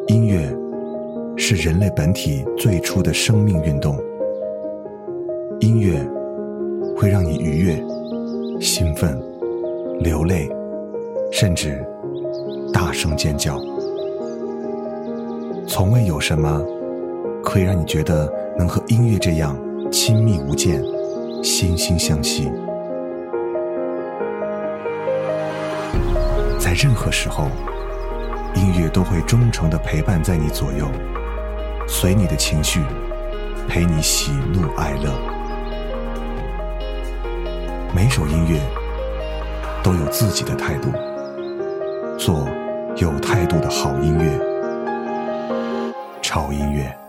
音乐是人类本体最初的生命运动，音乐会让你愉悦、兴奋、流泪，甚至大声尖叫。从未有什么可以让你觉得能和音乐这样亲密无间、惺惺相惜。在任何时候，音乐都会忠诚地陪伴在你左右，随你的情绪，陪你喜怒哀乐。每首音乐都有自己的态度，做有态度的好音乐。潮音乐。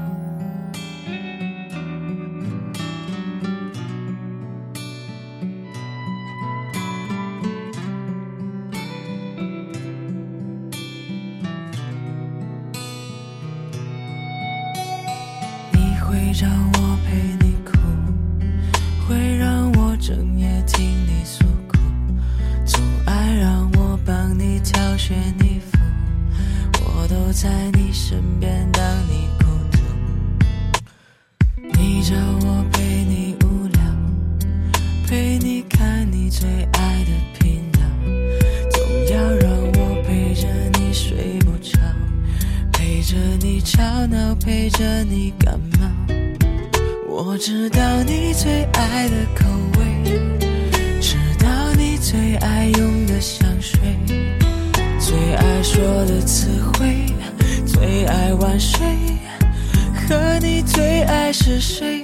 你会让我陪你哭，会让我整夜听你诉苦，总爱让我帮你挑选衣服，我都在你身边当你孤独。你找我陪你无聊，陪你看你最爱的频道，总要让我陪着你睡不着，陪着你吵闹，陪着你感冒。我知道你最爱的口味，知道你最爱用的香水，最爱说的词汇，最爱晚睡，和你最爱是谁？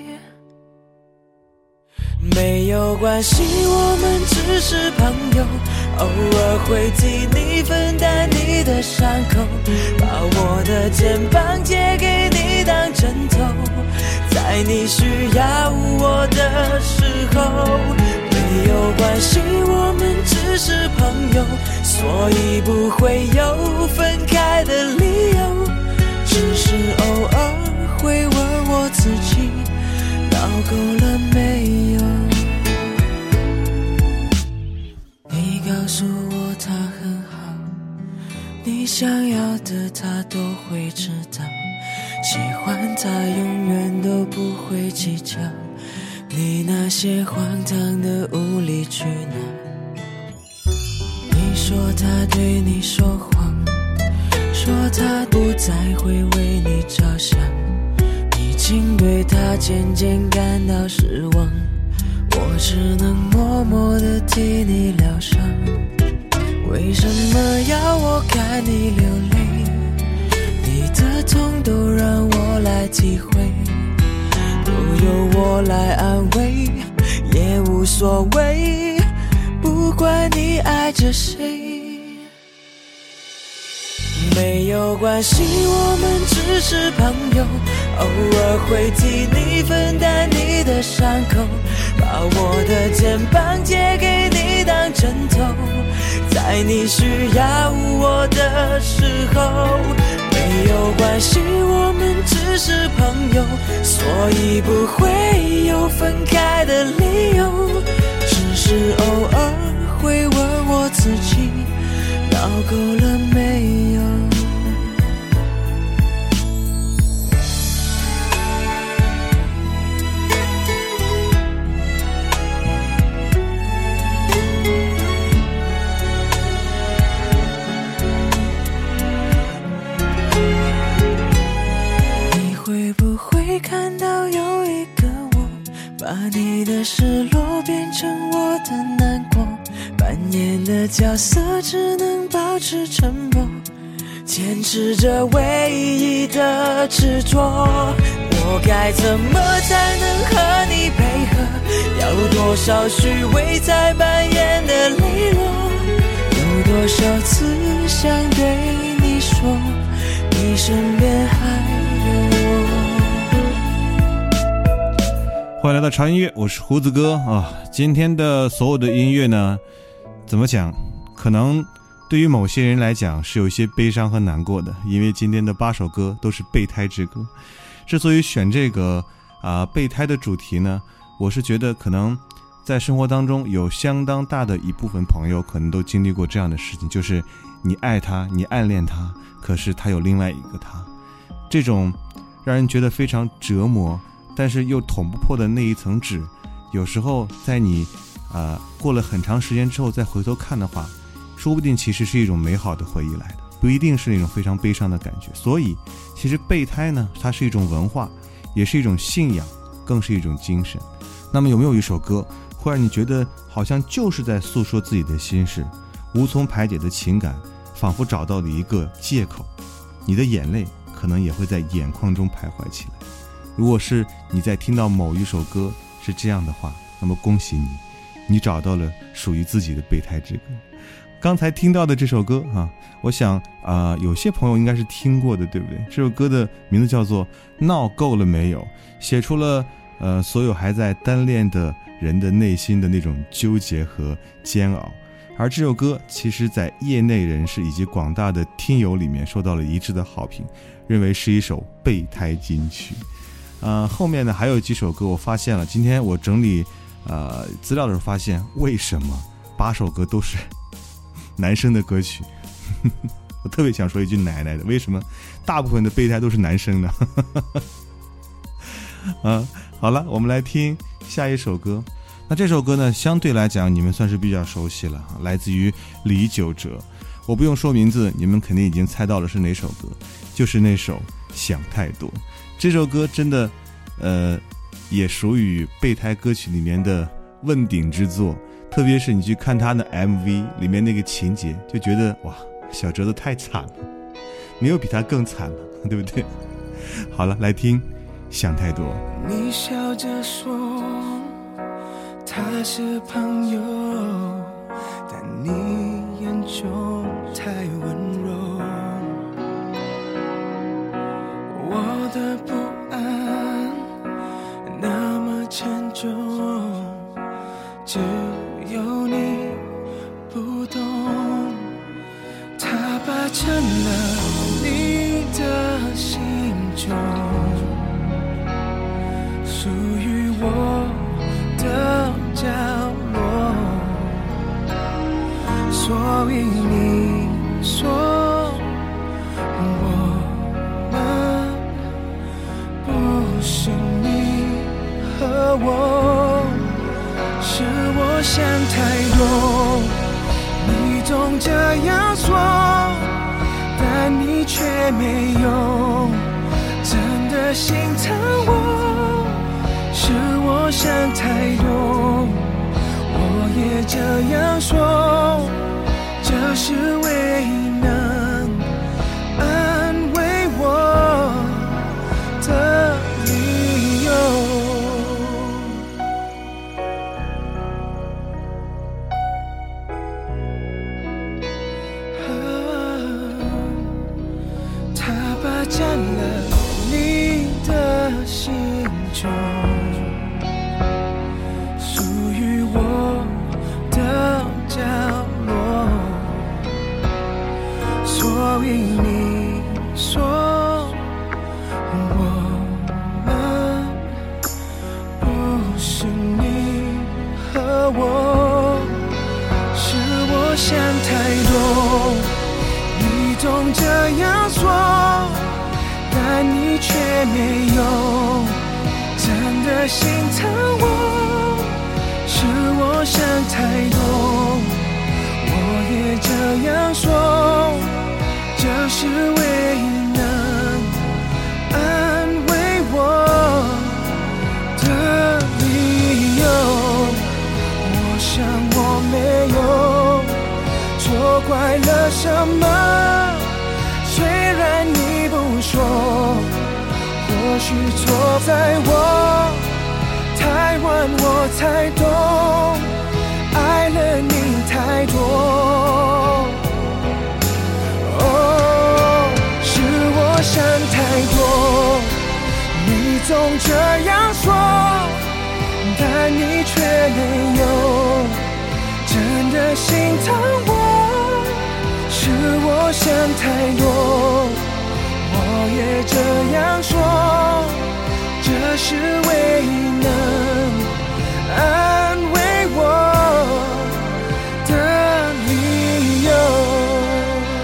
没有关系，我们只是朋友，偶尔会替你分担你的伤口，把我的肩膀借给你当枕头，在你需要我的时候。没有关系，我们只是朋友，所以不会有分开的理由，只是偶尔会问我自己，闹够了没有。你告诉我他很好，你想要的他都会知道，喜欢他永远都不会计较，你那些荒唐的无理取闹。你说他对你说谎，说他不再会为你着想，已经对他渐渐感到失望，我只能默默地替你疗伤。为什么要我看你流泪？你的痛都让我来体会，都由我来安慰，也无所谓，不管你爱着谁。没有关系，我们只是朋友，偶尔会替你分担你的伤口，把我的肩膀借给你当枕头，在你需要我的时候。没有关系，我们只是朋友，所以不会有分开的理由，只是偶尔会问我自己，闹够了没有。看到有一个我，把你的失落变成我的难过，扮演的角色只能保持沉默，坚持着唯一的执着。我该怎么才能和你配合？要多少虚伪才扮演的磊落？有多少次想对你说，你身边还有我。 欢迎来到潮音乐，我是胡子哥啊。今天的所有的音乐呢，怎么讲？可能对于某些人来讲是有一些悲伤和难过的，因为今天的8首歌都是备胎之歌。之所以选这个备胎的主题呢，我是觉得可能在生活当中有相当大的一部分朋友可能都经历过这样的事情，就是你爱他，你暗恋他，可是他有另外一个他，这种让人觉得非常折磨，但是又捅不破的那一层纸，有时候在你过了很长时间之后再回头看的话，说不定其实是一种美好的回忆来的，不一定是那种非常悲伤的感觉。所以其实备胎呢，它是一种文化，也是一种信仰，更是一种精神。那么有没有一首歌会让你觉得好像就是在诉说自己的心事，无从排解的情感仿佛找到了一个借口，你的眼泪可能也会在眼眶中徘徊起来。如果是你在听到某一首歌是这样的话，那么恭喜你，你找到了属于自己的备胎之歌。刚才听到的这首歌我想有些朋友应该是听过的，对不对？这首歌的名字叫做《闹够了没有》，写出了所有还在单恋的人的内心的那种纠结和煎熬。而这首歌其实在业内人士以及广大的听友里面受到了一致的好评，认为是一首备胎金曲。后面呢还有几首歌我发现了，今天我整理资料的时候发现，为什么8首歌都是男生的歌曲我特别想说一句奶奶的，为什么大部分的备胎都是男生呢好了，我们来听下一首歌。那这首歌呢相对来讲你们算是比较熟悉了，来自于李玖哲。我不用说名字，你们肯定已经猜到了是哪首歌，就是那首《想太多》。这首歌真的也属于备胎歌曲里面的问鼎之作，特别是你去看他的 MV 里面那个情节，就觉得哇，小哲的太惨了，没有比他更惨了，对不对？好了，来听《想太多》。 你笑着说他是朋友，但你眼中太温柔，我的不安那么沉重，只有你不懂，它霸占了你的心中，属于我的角落，所以你说我们不是你和我，是我想太多，你总这样说，但你却没有真的心疼我，是我想太多，我也这样说，这是唯一能安慰我的理由。它霸占了你的心中，属于我的角落，所以你说我们不是你和我，是我想太多，你总这样说，但你却没有真的心疼我，是我想太多，我也这样说，这是唯一能安慰我的理由。我想我没有错怪了什么，虽然你不说，或许错在我太晚，我才懂，爱了你太多。是我想太多，你总这样说，但你却没有真的心疼我，是我想太多，我也这样说，这是唯一能安慰我的理由。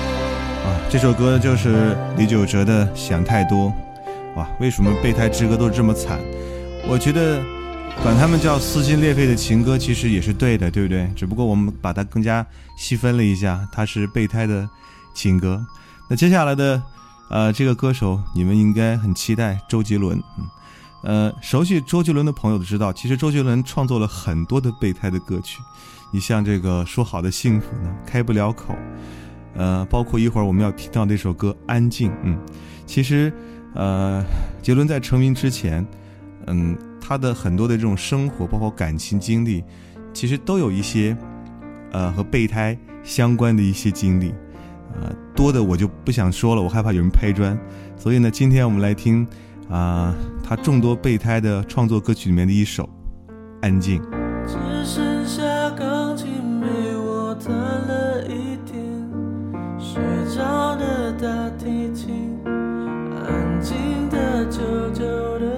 这首歌就是李玖哲的《想太多》。哇，为什么备胎之歌都是这么惨？我觉得管他们叫撕心裂肺的情歌其实也是对的，对不对？只不过我们把它更加细分了一下，它是备胎的情歌。那接下来的这个歌手你们应该很期待，周杰伦。熟悉周杰伦的朋友都知道，其实周杰伦创作了很多的备胎的歌曲。你像这个说好的幸福呢，开不了口，包括一会儿我们要提到这首歌安静。其实杰伦在成名之前，他的很多的这种生活包括感情经历，其实都有一些和备胎相关的一些经历，多的我就不想说了，我害怕有人拍砖。所以呢，今天我们来听他众多备胎的创作歌曲里面的一首安静。 只剩下钢琴陪我弹了一天，睡着的大提琴安静的久久的，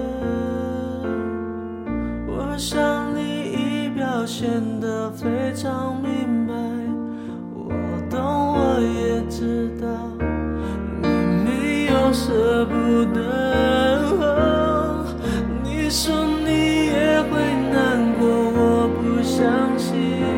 我想你已表现得非常明白，我懂我也知道你没有舍不得，你说你也会难过，我不相信，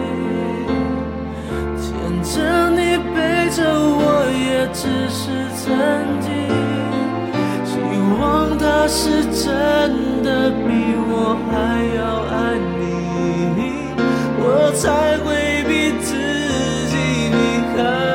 牵着你背着我也只是曾经，希望他是真的比我还要爱你，我才会逼自己离开。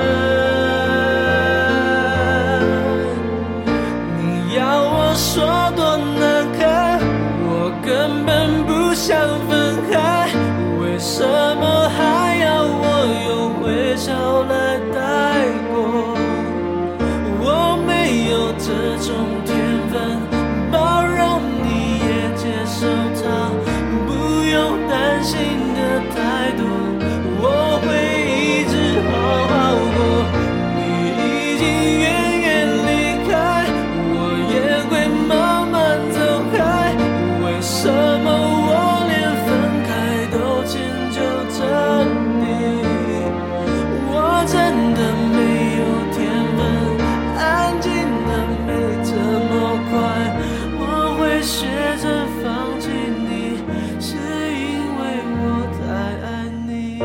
你要我说多难看，我根本不想分开，为什么还要我用微笑来带过？我没有这种天分，包容你也接受它，不用担心的太多，我会一直好好过。你已经远远离开，我也会慢慢走开，为什么我连分开都迁就着你？我真的没有天分，安静的没这么快，我会学着放弃你，是因为我太爱你。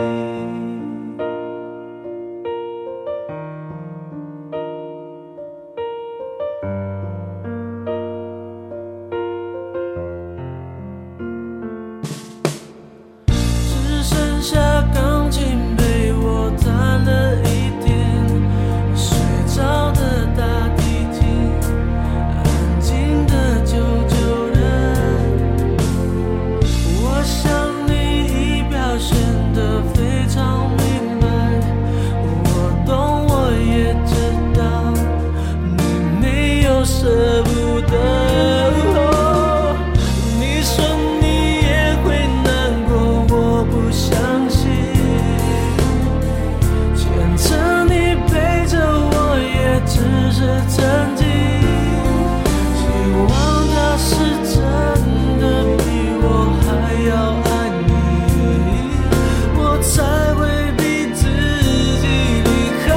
只剩下钢琴陪我弹了一天，睡着的大提琴安静的久久的，我想你已表现得非常明白，我懂我也知道你没有舍不得，你说你也会难过，我不相信，牵着你陪着我也只是曾经，希望他是真的比我还要爱你，我才会逼自己离开。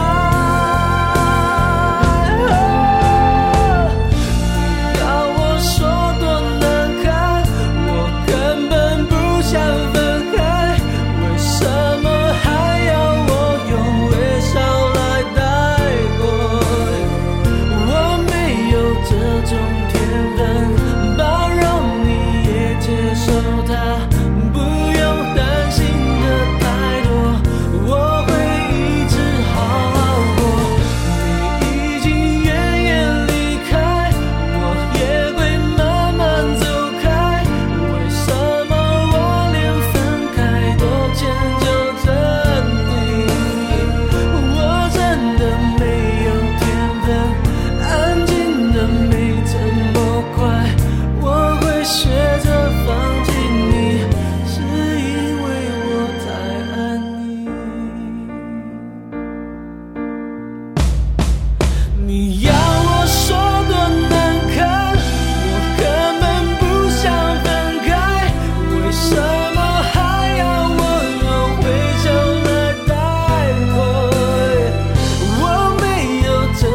你要我说多难看，我根本不想分开，为什么还要我用微笑来带过？我没有这种天分，包容你也接受它，不用担心的太多，我会一直好好过。你已经远远离开，我也会慢慢走开，为什么我连分开都迁就着你？我真的没有天分，安静的没这么快，我会学着放弃你，是因为我太爱你。你要我说多难看，我根本不想分开，为什么还要我用微笑来带过？我没有这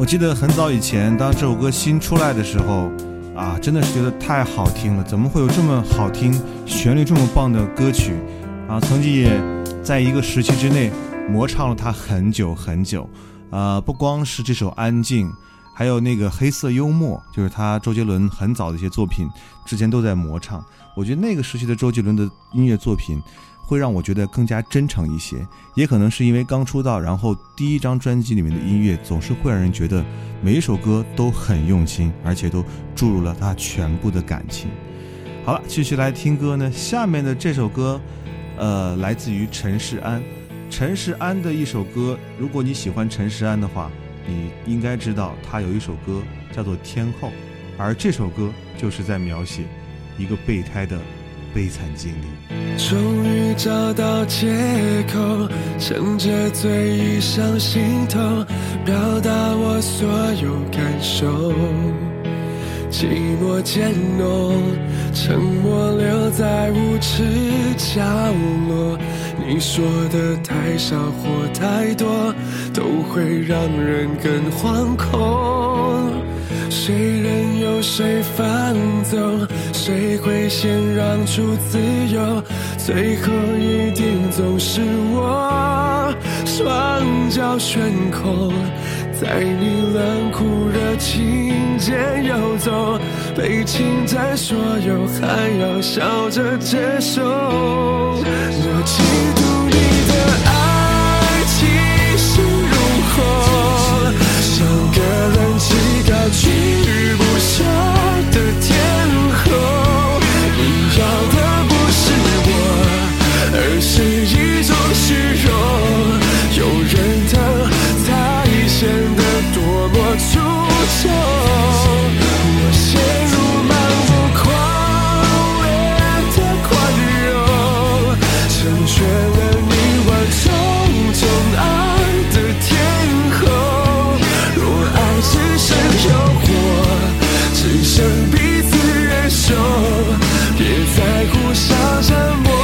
我记得很早以前当这首歌新出来的时候啊，真的是觉得太好听了，怎么会有这么好听旋律这么棒的歌曲啊，曾经也在一个时期之内模唱了它很久很久不光是这首安静，还有那个黑色幽默，就是他周杰伦很早的一些作品之前都在模唱。我觉得那个时期的周杰伦的音乐作品会让我觉得更加真诚一些，也可能是因为刚出道，然后第一张专辑里面的音乐总是会让人觉得每一首歌都很用心，而且都注入了他全部的感情。好了，继续来听歌呢。下面的这首歌来自于陈势安。陈势安的一首歌，如果你喜欢陈势安的话，你应该知道他有一首歌叫做《天后》，而这首歌就是在描写一个备胎的悲惨经历。 终于找到借口，趁着醉意上心头，表达我所有感受。寂寞渐浓，沉默留在无耻角落。你说的太少或太多，都会让人更惶恐。谁任由谁放纵，谁会先让出自由，最后一定总是我，双脚悬空，在你冷酷热情间游走，被侵占所有还要笑着接受。我嫉妒你的爱气势如虹，像个人气高居不下的天后。你要的不是我，而是一种虚荣，有人疼才显得多么出众。我陷入漫不狂烈的宽容，成全了你万种宠爱的天后。若爱只剩诱惑，只剩彼此忍受，别再互相折磨，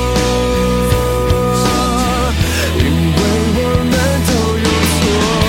因为我们都有错。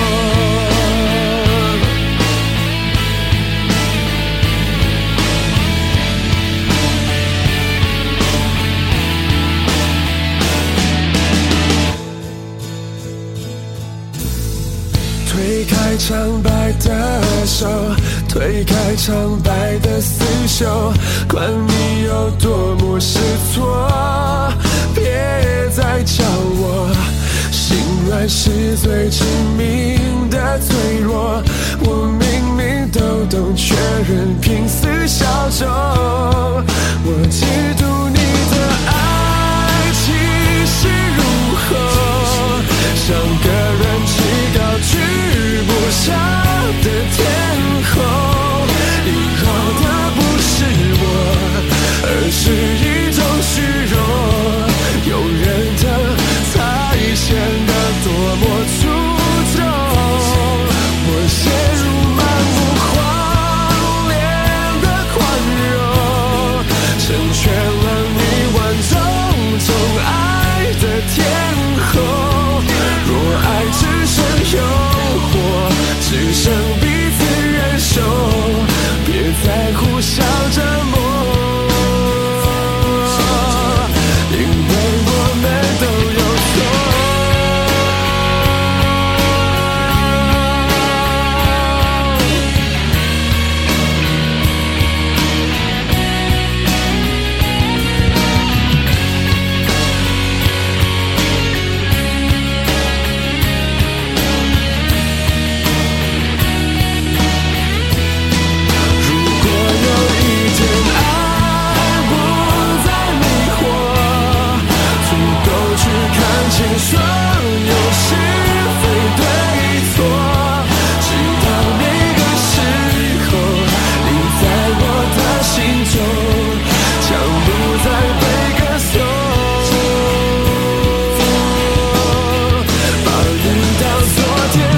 推开苍白的手，推开苍白的厮守，管你有多么失措，别再叫我心软是最致命的脆弱。我明明都懂，却仍拼死效忠。我嫉妒你的爱气势如虹，像个人气高居不下的天后。你要的不是我，而是一种虚荣，有人疼才显得多么出众。我陷入漫不狂烈的宽容，成全了你万种宠爱的天后。若爱只剩诱惑，只剩彼此忍受，别再互相折磨，因为我们都有错。所有是非对错，直到那个时候，你在我的心中将不再被歌颂，把你当作天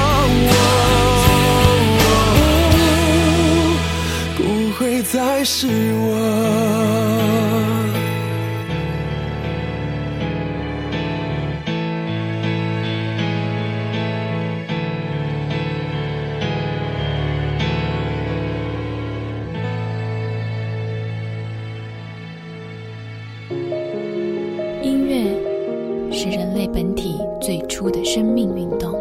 后，不会再是我。 是人类本体最初的生命运动。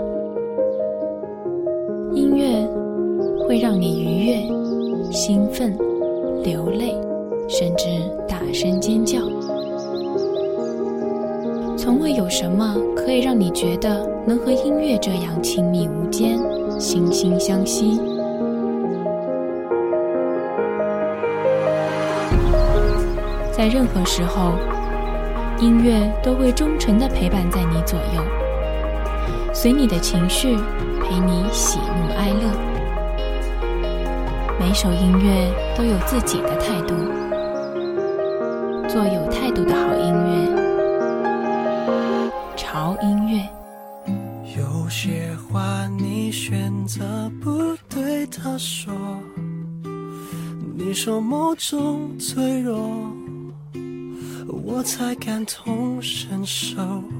音乐会让你愉悦、兴奋、流泪，甚至大声尖叫。从未有什么可以让你觉得能和音乐这样亲密无间、惺惺相惜。在任何时候，音乐都会忠诚地陪伴在你左右，随你的情绪，陪你喜怒哀乐。每首音乐都有自己的态度，做有态度的好音乐。潮音乐。 有些话你选择不对他说，你说某种脆弱，我才感同身受。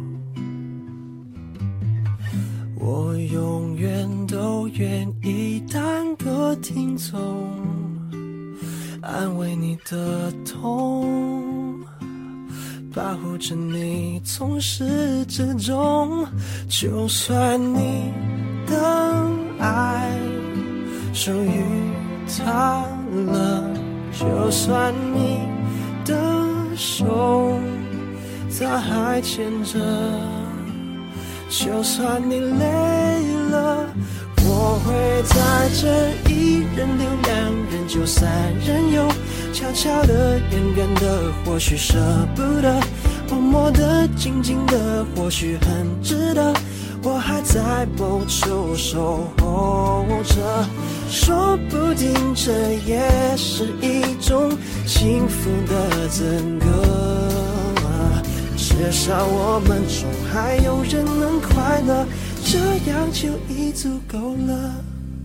我永远都愿意当个听众，安慰你的痛，保护着你从始至终。就算你的爱属于他了，就算你的手他还牵着，就算你累了，我会在这一人留两人就三人游，悄悄的远远的或许舍不得，默默的静静的或许很值得，我还在某处守候着，说不定这也是一种幸福的赠歌，至少我们中还有人能快乐，这样就已足够了。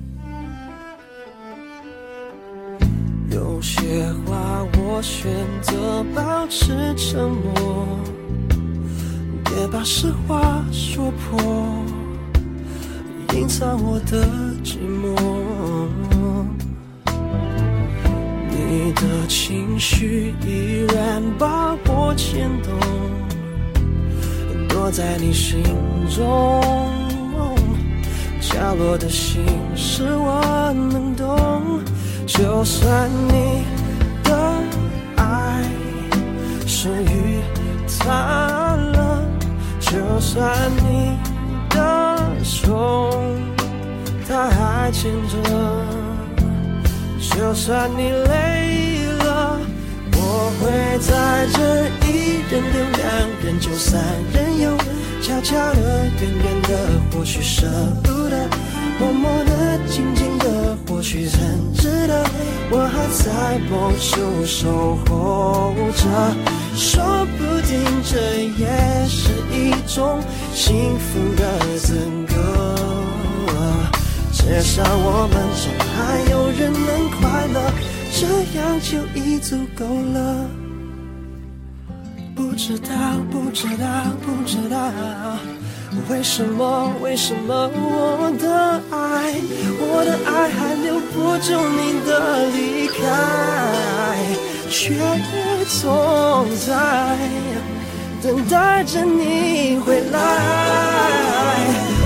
有些话我选择保持沉默，别把实话说破，隐藏我的寂寞。你的情绪依然把我牵动，躲在你心中，角落的心事我能懂。就算你的爱属于他了，就算你的手他还牵着，就算你累了，我会在这一人留两人就三人游，悄悄的远远的或许舍不得，默默的静静的或许很值得，我还在某处守候着，说不定这也是一种幸福的赠歌，至少我们中还有人能快乐，这样就已足够了。不知道为什么我的爱还留不住你的离开，却总在等待着你回来。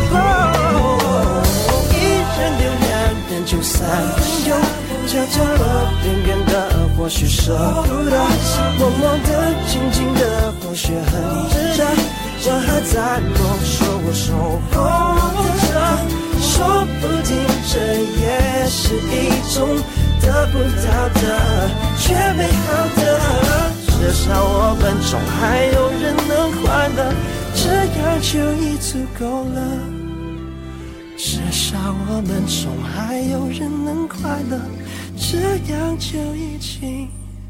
一人留两人就三人游，悄悄的远远的或许舍不得，默默的静静的或许很值得，我还在某处守候着，说不定这也是一种得不到的却美好的，至少我们中还有人能快乐，这样就已足够了，至少我们中还有人能快乐，这样就已经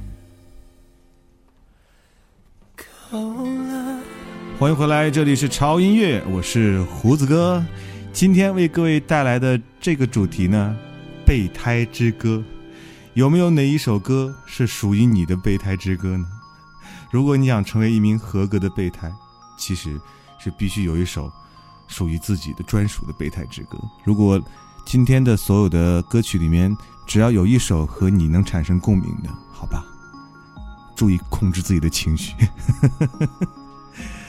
够了。 欢迎回来，这里是潮音乐，我是胡子哥。今天为各位带来的这个主题呢，备胎之歌。有没有哪一首歌是属于你的备胎之歌呢？如果你想成为一名合格的备胎，其实是必须有一首属于自己的专属的备胎之歌。如果今天的所有的歌曲里面只要有一首和你能产生共鸣的，好吧，注意控制自己的情绪。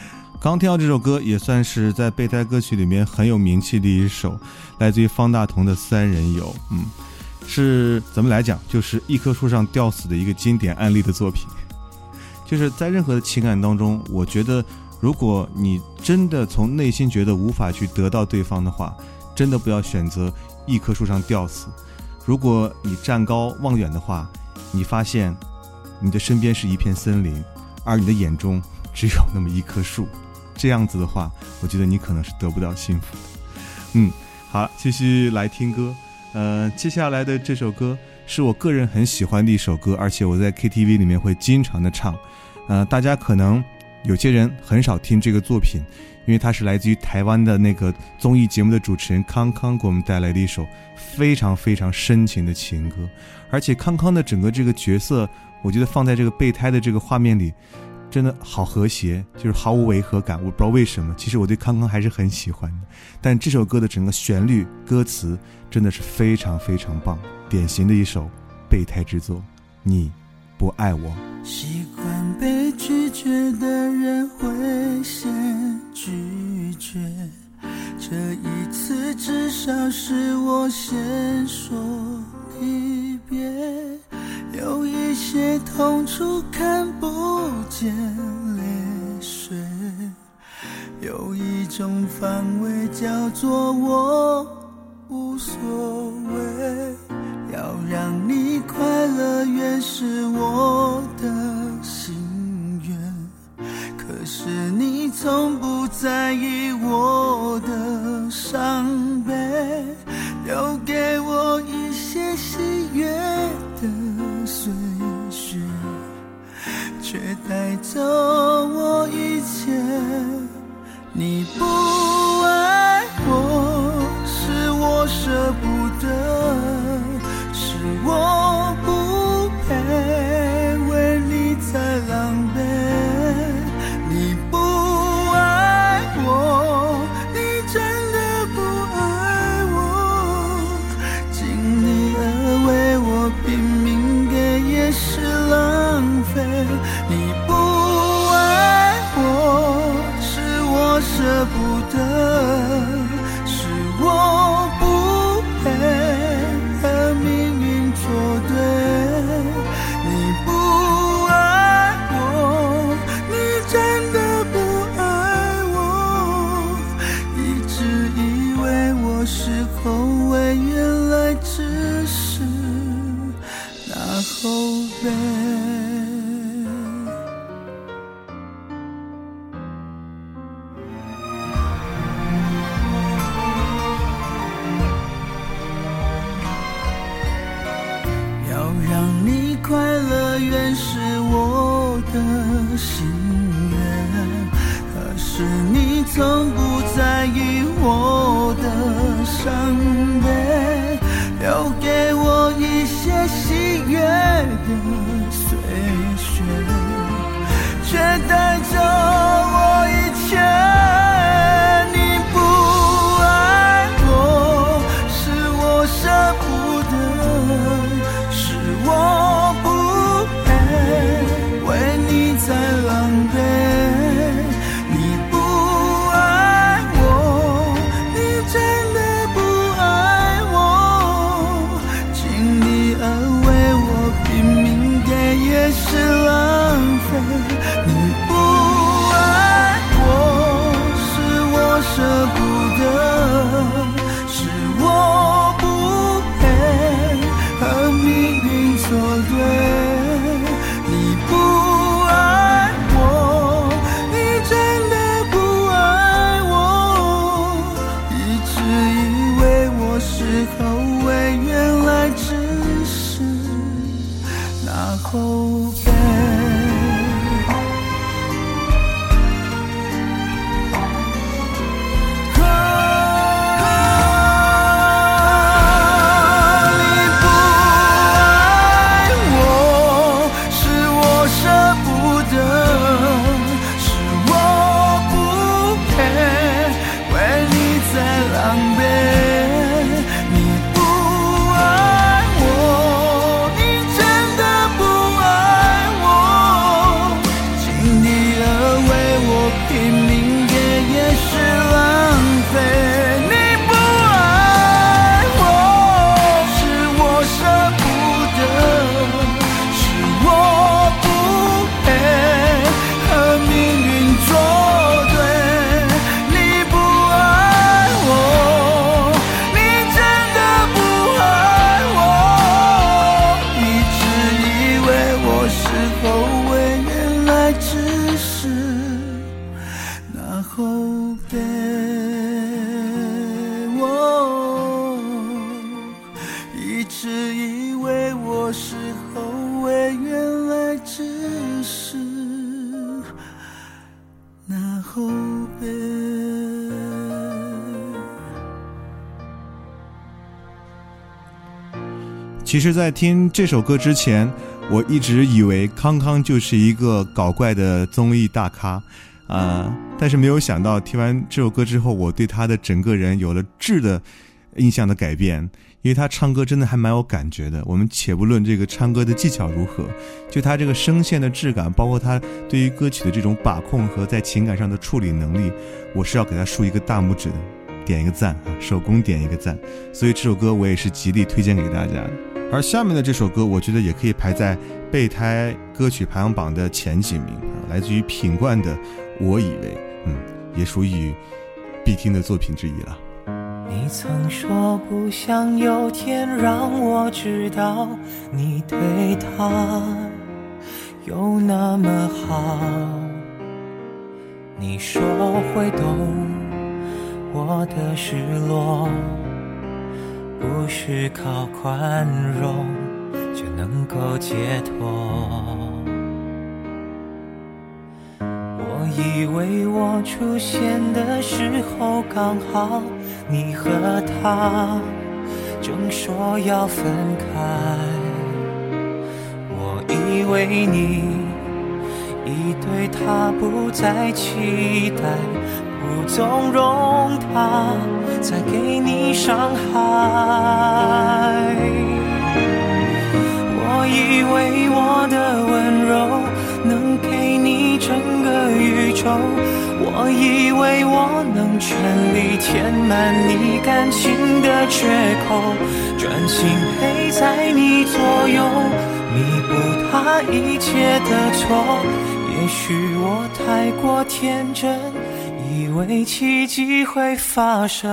刚听到这首歌也算是在备胎歌曲里面很有名气的一首，来自于方大同的《三人游》。是怎么来讲，就是一棵树上吊死的一个经典案例的作品。就是在任何的情感当中，我觉得如果你真的从内心觉得无法去得到对方的话，真的不要选择一棵树上吊死。如果你站高望远的话，你发现你的身边是一片森林，而你的眼中只有那么一棵树，这样子的话，我觉得你可能是得不到幸福的。好，继续来听歌。接下来的这首歌是我个人很喜欢的一首歌，而且我在 KTV 里面会经常的唱。大家可能有些人很少听这个作品，因为它是来自于台湾的那个综艺节目的主持人康康给我们带来的一首非常非常深情的情歌。而且康康的整个这个角色，我觉得放在这个备胎的这个画面里真的好和谐，就是毫无违和感。我不知道为什么，其实我对康康还是很喜欢的，但这首歌的整个旋律歌词真的是非常非常棒，典型的一首备胎之作。你不爱我。 习惯被拒绝的人会先拒绝，这一次至少是我先说离别，有一些痛处看不见泪水，有一种防卫叫做我无所谓，要让你快乐原是我的心愿，可是你从不在意我的伤悲，留给我一些喜悦的岁月，却带走我一切。你不爱我，是我舍不得，是我不配为你再狼狈。你不爱我，你真的不爱我，尽力而为我拼命给也是浪费。你不爱我，是我舍不得，是我不配和命运作对。你不爱我，你真的不爱我，一直以为我是后卫，原来只是那后背。快乐原是我的心愿，可是你从不在意我的伤悲，留给我一些喜悦的岁月，却带走我一切。你不爱我，是我舍不得，是我为你在狼狈。你不爱我，你真的不爱我，尽力而为我拼命给也是浪费。你不爱我，是我舍不得，是我不配和命运作对。你不爱我，你真的不爱我，一直以为我是后卫，原来只是那后背。 你真的不爱我， 其实在听这首歌之前，我一直以为康康就是一个搞怪的综艺大咖但是没有想到听完这首歌之后，我对他的整个人有了质的印象的改变，因为他唱歌真的还蛮有感觉的。我们且不论这个唱歌的技巧如何，就他这个声线的质感，包括他对于歌曲的这种把控和在情感上的处理能力，我是要给他竖一个大拇指的，点一个赞手工点一个赞。所以这首歌我也是极力推荐给大家的。而下面的这首歌我觉得也可以排在备胎歌曲排行榜的前几名来自于品冠的我以为也属于必听的作品之一了。 你曾说不想有天让我知道你对他有那么好，你说会懂我的失落，不是靠宽容就能够解脱。我以为我出现的时候刚好你和他正说要分开，我以为你已对他不再期待，不纵容他再给你伤害。我以为我的温柔能给你整个宇宙，我以为我能全力填满你感情的缺口，专心陪在你左右，弥补他一切的错。也许我太过天真，以为奇迹会发生。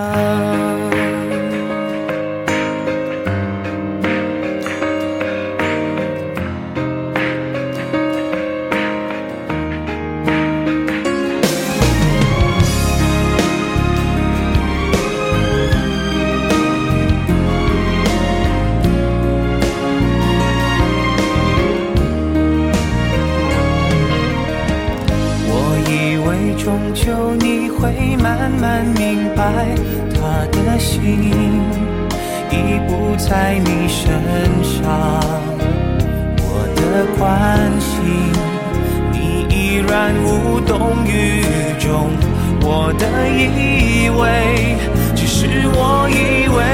终究你会慢慢明白，他的心已不在你身上，我的关心你依然无动于衷，我的以为只是我以为，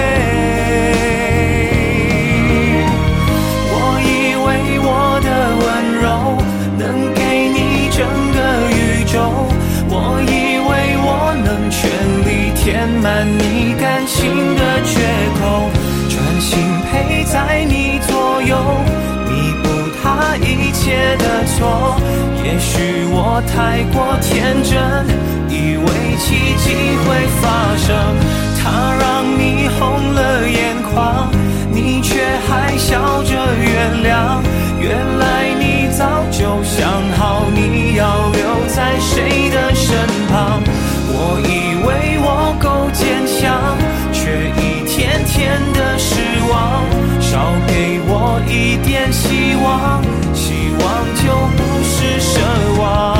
我以为我的温柔能给你整个宇宙，我以为我能全力填满你感情的缺口，专心陪在你左右，弥补他一切的错。也许我太过天真，以为奇迹会发生，他让你红了眼眶，你却还笑着原谅。原来你早就想好你要留在谁的身旁，我以为我够坚强，却一天天的失望，少给我一点希望，希望就不是奢望。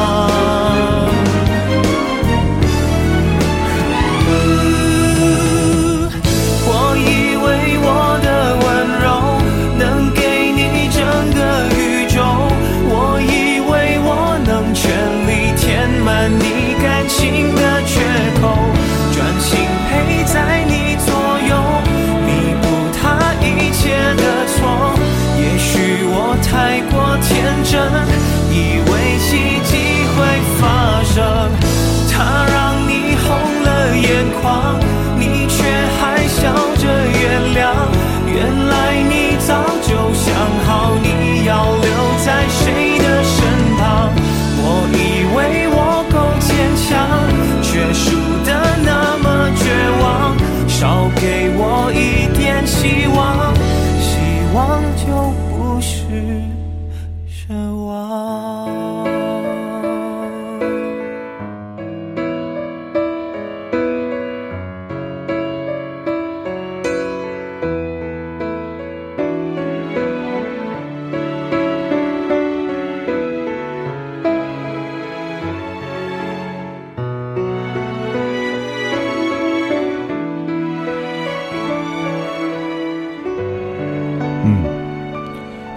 我以为我的温柔能给你整个宇宙，我以为我能全力填满你感情的缺口，专心陪在你左右，弥补他一切的错。也许我太过天真，以为奇迹会发生，他让你红了眼眶，你却还笑着原谅。原来你早就想好你要留在谁的身旁，我以为我够坚强，却输得那么绝望，少给我一点希望，希望就不是奢望。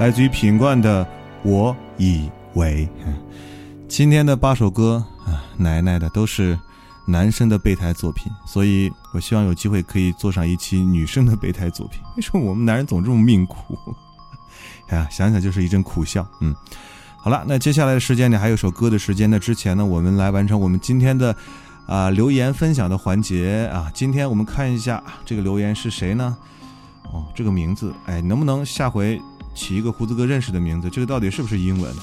来自于品冠的我以为。今天的8首歌奶奶的都是男生的备胎作品，所以我希望有机会可以做上一期女生的备胎作品。为什么我们男人总这么命苦想想就是一阵苦笑。好了，那接下来的时间呢还有首歌的时间呢，之前呢我们来完成我们今天的留言分享的环节今天我们看一下这个留言是谁呢？这个名字能不能下回起一个胡子哥认识的名字？这个到底是不是英文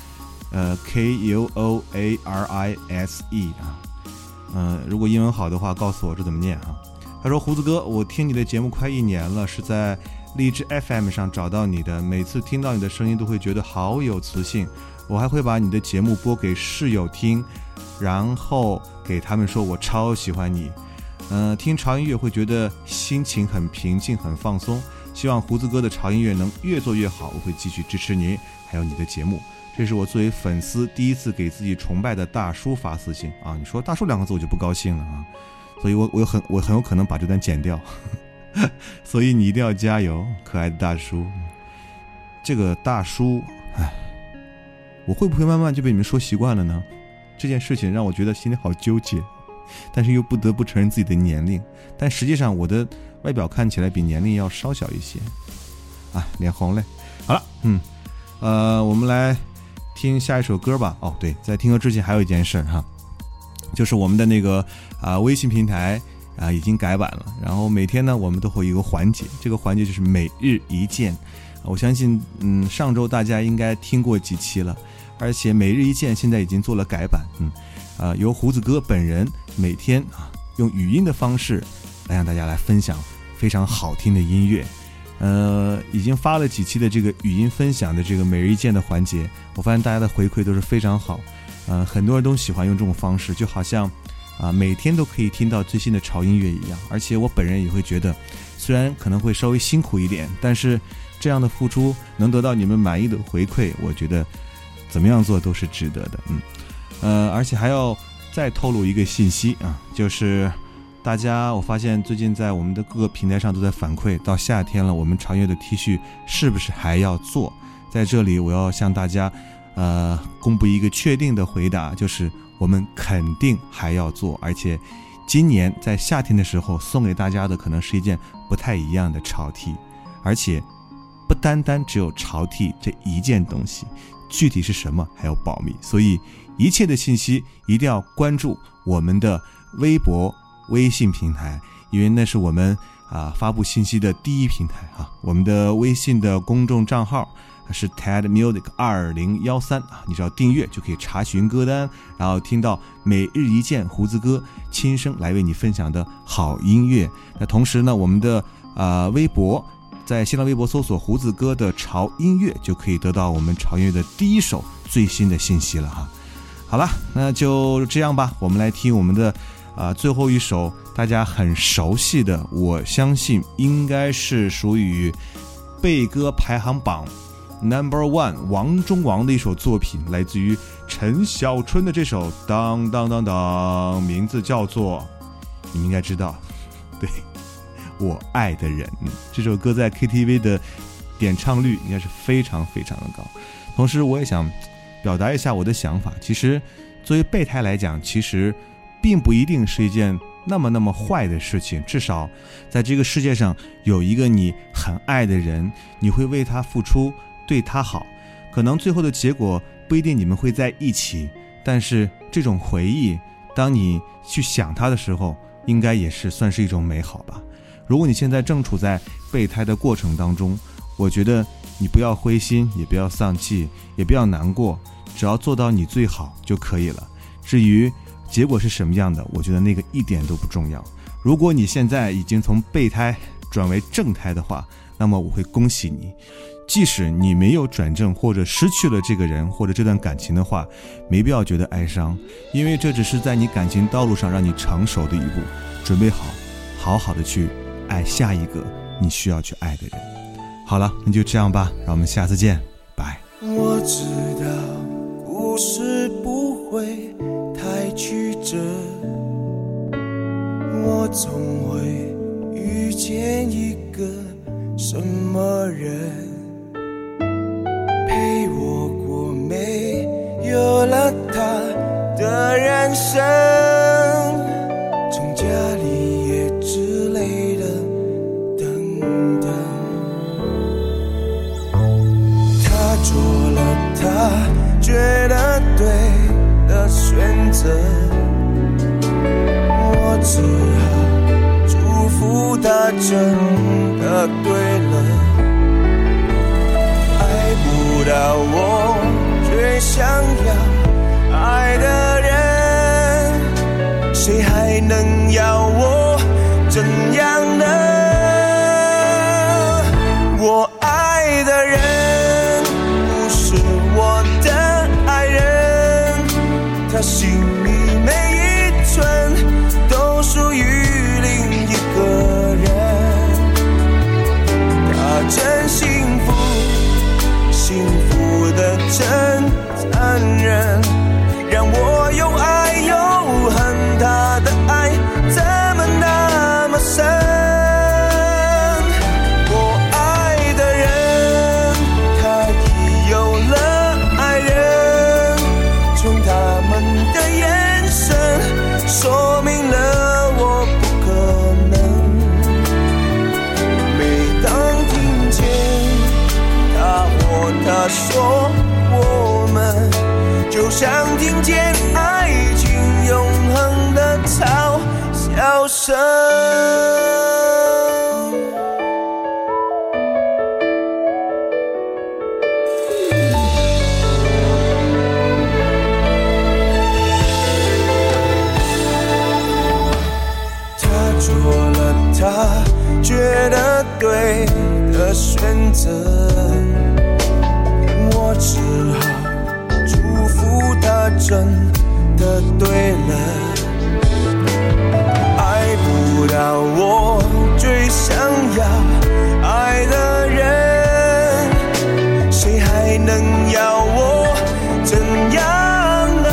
KUOARISE 如果英文好的话告诉我这怎么念他说胡子哥，我听你的节目快1年了，是在荔枝 FM 上找到你的，每次听到你的声音都会觉得好有磁性，我还会把你的节目播给室友听，然后给他们说我超喜欢你。听潮音乐会觉得心情很平静很放松，希望胡子哥的潮音乐能越做越好，我会继续支持您还有你的节目。这是我作为粉丝第一次给自己崇拜的大叔发私信你说大叔2个字我就不高兴了所以我很有可能把这段剪掉所以你一定要加油，可爱的大叔。这个大叔我会不会慢慢就被你们说习惯了呢？这件事情让我觉得心里好纠结，但是又不得不承认自己的年龄，但实际上我的外表看起来比年龄要稍小一些脸红了。好了我们来听下一首歌吧。对，在听歌之前还有一件事就是我们的那个微信平台已经改版了，然后每天呢我们都会有一个环节，这个环节就是每日一见。我相信上周大家应该听过几期了，而且每日一见现在已经做了改版由胡子哥本人每天用语音的方式来让大家来分享非常好听的音乐。已经发了几期的这个语音分享的这个每日一见的环节，我发现大家的回馈都是非常好。很多人都喜欢用这种方式，就好像每天都可以听到最新的潮音乐一样。而且我本人也会觉得，虽然可能会稍微辛苦一点，但是这样的付出能得到你们满意的回馈，我觉得怎么样做都是值得的。而且还要再透露一个信息就是大家我发现最近在我们的各个平台上都在反馈，到夏天了我们潮音乐的 T 恤是不是还要做？在这里我要向大家公布一个确定的回答，就是我们肯定还要做，而且今年在夏天的时候送给大家的可能是一件不太一样的潮 T， 而且不单单只有潮 T 这一件东西，具体是什么还要保密，所以一切的信息一定要关注我们的微博微信平台，因为那是我们发布信息的第一平台我们的微信的公众账号是 TEDmusic2013你只要订阅就可以查询歌单，然后听到每日一见胡子哥亲声来为你分享的好音乐。那同时呢，我们的微博在新浪微博搜索胡子哥的潮音乐，就可以得到我们潮音乐的第一手最新的信息了好了，那就这样吧，我们来听我们的最后一首大家很熟悉的，我相信应该是属于贝歌排行榜 No.1 王中王的一首作品，来自于陈小春的这首当当当当，名字叫做你们应该知道，对，我爱的人。这首歌在 KTV 的点唱率应该是非常非常的高。同时我也想表达一下我的想法，其实作为备胎来讲，其实并不一定是一件那么坏的事情，至少在这个世界上有一个你很爱的人，你会为他付出，对他好，可能最后的结果不一定你们会在一起，但是这种回忆当你去想他的时候，应该也是算是一种美好吧。如果你现在正处在备胎的过程当中，我觉得你不要灰心，也不要丧气，也不要难过，只要做到你最好就可以了。至于结果是什么样的，我觉得那个一点都不重要。如果你现在已经从备胎转为正胎的话，那么我会恭喜你。即使你没有转正或者失去了这个人或者这段感情的话，没必要觉得哀伤，因为这只是在你感情道路上让你成熟的一步，准备好好好的去爱下一个你需要去爱的人。好了，那就这样吧，让我们下次见，拜。 我知道故事不会太曲折，我总会遇见一个什么人， 有了他的人生，成家立业之类的等等，他做了他觉得对的选择，我只好祝福他真的对了。爱不到我最想要爱的人，谁还能要我怎样呢？我爱的人不是我的爱人，他心里每一寸都属于另一个人。他真幸福，幸福的真残忍，让我又爱又恨。他的爱怎么那么深？我爱的人，他已有了爱人，从他们的眼神说明了我不可能。每当听见他或他说我们，就像听见爱情永恒的嘲笑声。他做了他觉得对的选择，我只好祝福他真的对了。爱不到我最想要爱的人，谁还能要我怎样呢？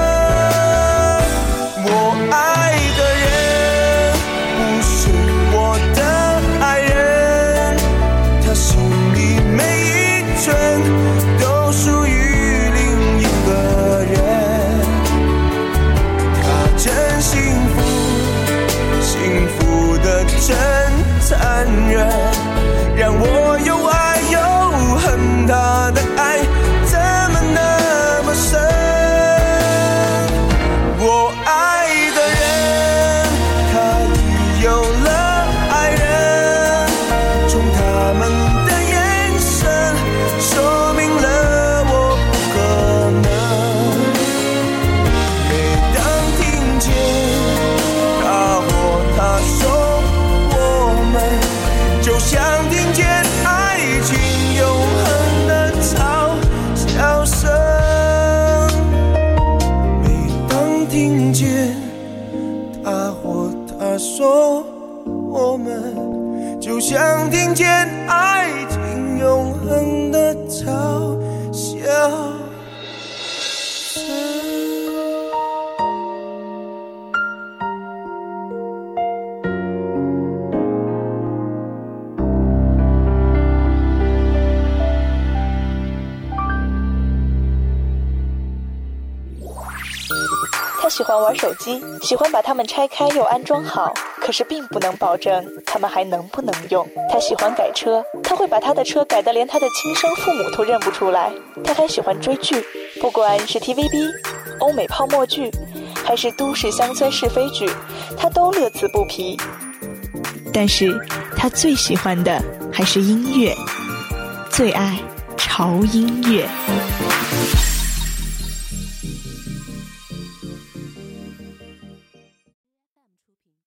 我爱的人不是我的爱人，他心里每一寸都属于另一个人。他真幸福，幸福的真残忍，让我又爱又恨。他的爱怎么那么深？我爱的人，他已有了爱人，从他们的眼神说明了我不可能。每当听见他或他说我们，就像听见爱情永恒的嘲笑声。每当听见他或他说我们，就像听见爱情永恒的嘲笑声。 他喜欢玩手机，喜欢把它们拆开又安装好，可是并不能保证它们还能不能用。他喜欢改车，他会把他的车改得连他的亲生父母都认不出来。他还喜欢追剧，不管是 TVB、欧美泡沫剧，还是都市乡村是非剧，他都乐此不疲。但是他最喜欢的还是音乐，最爱潮音乐。